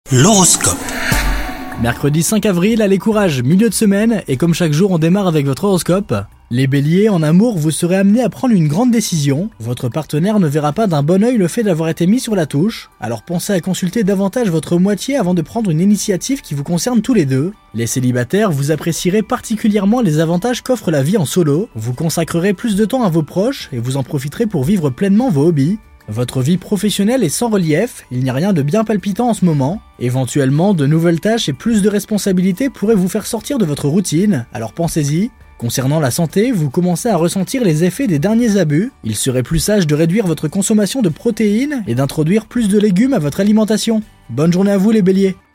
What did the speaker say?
L'horoscope. Mercredi 5 avril, allez courage, milieu de semaine, et comme chaque jour on démarre avec votre horoscope. Les béliers, en amour, vous serez amenés à prendre une grande décision. Votre partenaire ne verra pas d'un bon œil le fait d'avoir été mis sur la touche, alors pensez à consulter davantage votre moitié avant de prendre une initiative qui vous concerne tous les deux. Les célibataires, vous apprécierez particulièrement les avantages qu'offre la vie en solo, vous consacrerez plus de temps à vos proches et vous en profiterez pour vivre pleinement vos hobbies. Votre vie professionnelle est sans relief, il n'y a rien de bien palpitant en ce moment. Éventuellement, de nouvelles tâches et plus de responsabilités pourraient vous faire sortir de votre routine, alors pensez-y. Concernant la santé, vous commencez à ressentir les effets des derniers abus. Il serait plus sage de réduire votre consommation de protéines et d'introduire plus de légumes à votre alimentation. Bonne journée à vous les béliers.